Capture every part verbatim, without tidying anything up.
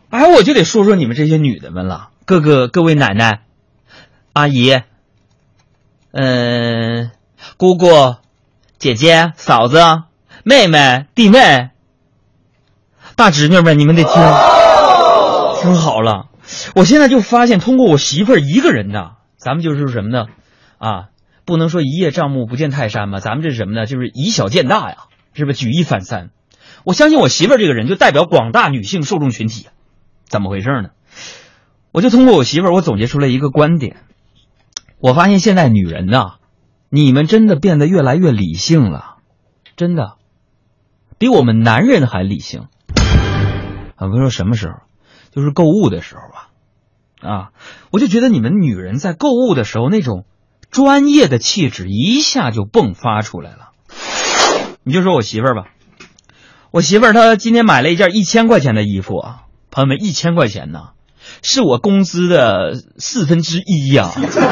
哎，我就得说说你们这些女的们了，各个各位奶奶、阿姨、嗯、呃、姑姑、姐姐、嫂子、妹妹、弟妹、大侄女们，你们得听听好了。我现在就发现，通过我媳妇儿一个人呢，咱们就是什么呢？啊，不能说一叶障目不见泰山嘛，咱们这是什么呢？就是以小见大呀，是不是？举一反三。我相信我媳妇儿这个人就代表广大女性受众群体。怎么回事呢？我就通过我媳妇儿，我总结出来一个观点。我发现现在女人呐，你们真的变得越来越理性了，真的，比我们男人还理性。啊，不是说什么时候，就是购物的时候吧。啊，我就觉得你们女人在购物的时候那种专业的气质一下就迸发出来了。你就说我媳妇儿吧，我媳妇儿她今天买了一件一千块钱的衣服啊，朋友们，一千块钱呢，是我工资的四分之一呀。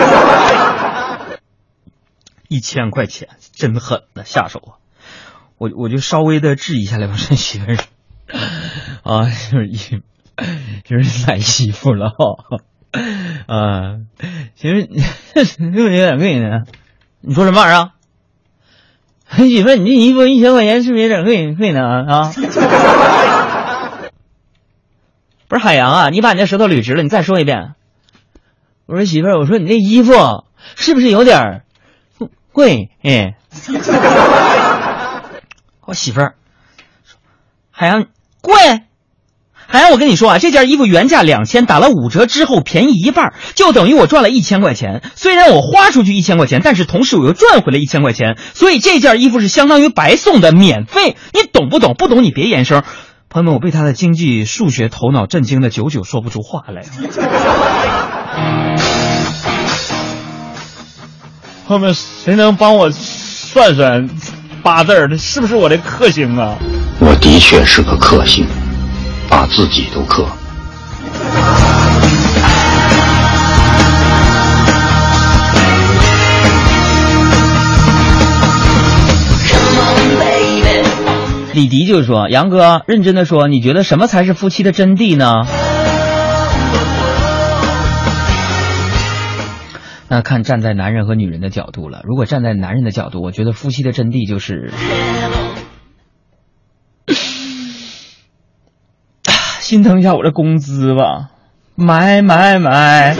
一千块钱真狠的下手啊！我我就稍微的质疑下来，我说媳妇儿啊，就是一就是买衣服了哈。啊，其实是不是有点贵呢？你说什么玩意儿啊？媳妇，你这衣服一千块钱是不是有点贵贵呢？啊？不是海洋啊，你把你的舌头捋直了，你再说一遍。我说媳妇儿，我说你这衣服是不是有点贵？哎，我媳妇儿，海洋贵。海洋，我跟你说啊，这件衣服原价两千，打了五折之后便宜一半，就等于我赚了一千块钱。虽然我花出去一千块钱，但是同时我又赚回了一千块钱，所以这件衣服是相当于白送的，免费。你懂不懂？不懂你别言声。朋友们，我被他的经济数学头脑震惊的久久说不出话来。朋友们，谁能帮我算算八字儿？是不是我的克星啊？ 我的确是个克星。把自己都克。 李迪就说：“杨哥，认真的说，你觉得什么才是夫妻的真谛呢？”那看站在男人和女人的角度了。如果站在男人的角度，我觉得夫妻的真谛就是心疼一下我的工资吧，买买买！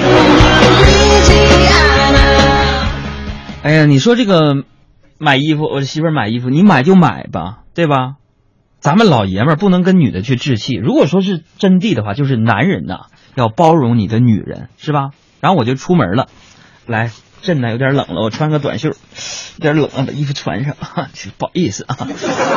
哎呀，你说这个买衣服，我媳妇儿买衣服，你买就买吧，对吧？咱们老爷们儿不能跟女的去置气。如果说是真谛的话，就是男人呐要包容你的女人，是吧？然后我就出门了，来，阵呢有点冷了，我穿个短袖，有点冷啊，把衣服穿上，不好意思啊。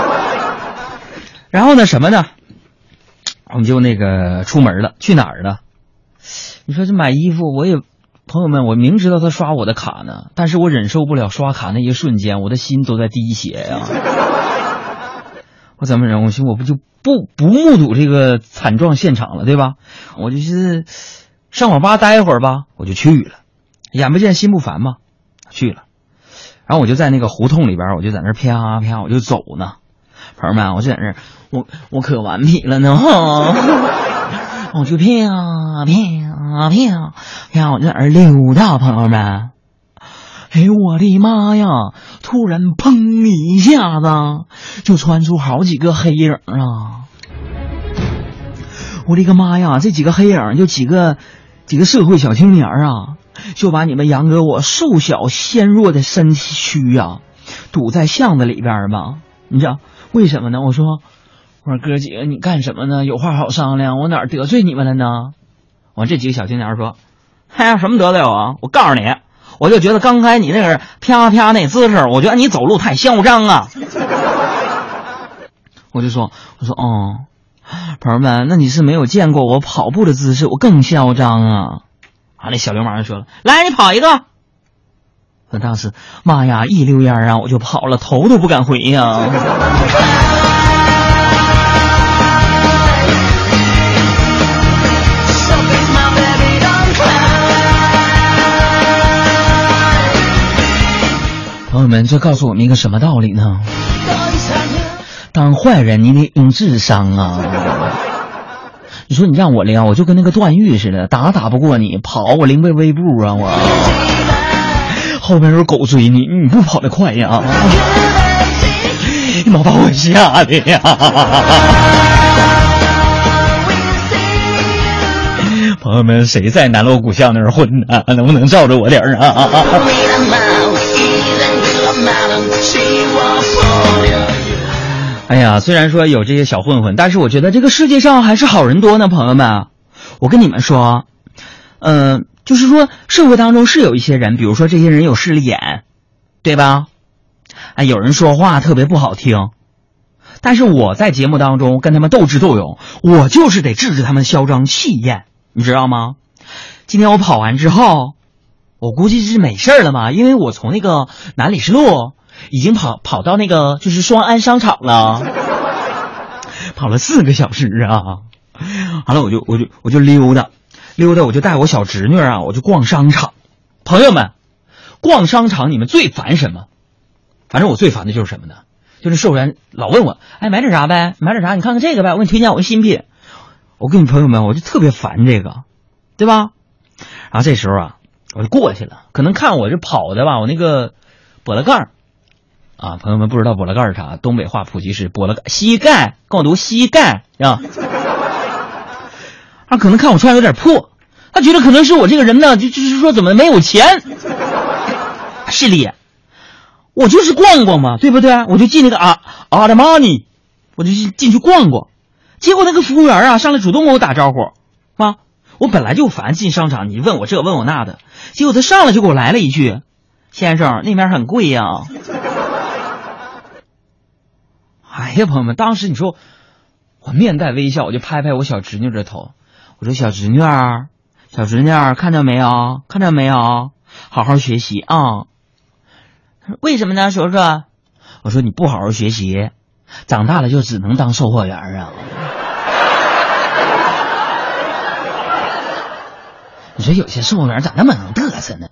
然后呢，什么呢？我们就那个出门了，去哪儿了？你说这买衣服，我也朋友们，我明知道他刷我的卡呢，但是我忍受不了刷卡那一瞬间，我的心都在滴血呀。我怎么忍？我寻我不就不不目睹这个惨状现场了，对吧？我就是上网吧待一会儿吧，我就去了。眼不见心不烦嘛，去了。然后我就在那个胡同里边，我就在那啪啪我就走呢。朋友们，我就在那儿，我我可顽皮了呢，我就啪啪啪啪，我就在那儿溜达，朋友们。哎呦我的妈呀！突然砰一下子，就窜出好几个黑影啊！我的个妈呀！这几个黑影就几个几个社会小青年啊，就把你们杨哥我瘦小纤弱的身躯啊，堵在巷子里边吧。你知道为什么呢？我说，我说哥几个，你干什么呢？有话好商量，我哪儿得罪你们了呢？我这几个小青年说，还有什么得罪我啊？我告诉你，我就觉得刚才你那个啪啪那姿势，我觉得你走路太嚣张啊。我就说，我说哦，朋友们，那你是没有见过我跑步的姿势，我更嚣张啊。啊，那小流氓就说了，来，你跑一个。我当时妈呀，一溜烟啊，我就跑了，头都不敢回呀。朋友们，这告诉我们一个什么道理呢？当坏人你得用智商啊。 你说你让我撩，我就跟那个段誉似的，打打不过你，跑我零位微步啊我。后边有狗追你，你不跑得快呀？你妈把我吓的呀！朋友们，谁在南锣鼓巷那儿混呢？能不能罩着我点儿啊？哎呀，虽然说有这些小混混，但是我觉得这个世界上还是好人多呢，朋友们。我跟你们说，嗯、呃，就是说社会当中是有一些人，比如说这些人有势利眼，对吧？哎，有人说话特别不好听，但是我在节目当中跟他们斗智斗勇，我就是得制止他们嚣张气焰，你知道吗？今天我跑完之后，我估计是没事了嘛，因为我从那个南礼士路已经跑跑到那个就是双安商场了，跑了四个小时啊！完了我就我就我就溜达溜达，我就带我小侄女啊，我就逛商场。朋友们，逛商场你们最烦什么？反正我最烦的就是什么呢？就是售货员老问我，哎，买点啥呗？买点啥？你看看这个呗，我给你推荐我的新品。我跟你朋友们，我就特别烦这个，对吧？然后这时候啊，我就过去了，可能看我这跑的吧，我那个脖子盖儿。啊，朋友们不知道脖子盖是啥？东北话普及是脖子盖，膝盖，跟我读膝盖啊。他可能看我穿有点破，他觉得可能是我这个人呢，就就是说怎么没有钱，势利眼。我就是逛逛嘛，对不对？我就进那个啊阿达玛尼，我就进进去逛逛。结果那个服务员啊上来主动跟我打招呼，啊，我本来就烦进商场，你问我这问我那的，结果他上来就给我来了一句：“先生，那边很贵呀。”哎呀，朋友们，当时你说我面带微笑，我就拍拍我小侄女的头，我说：“小侄女儿，小侄女儿，看到没有？看到没有？好好学习啊！”他说：“为什么呢，叔叔？”我说：“你不好好学习，长大了就只能当售货员啊！”你说有些售货员咋那么能嘚瑟呢？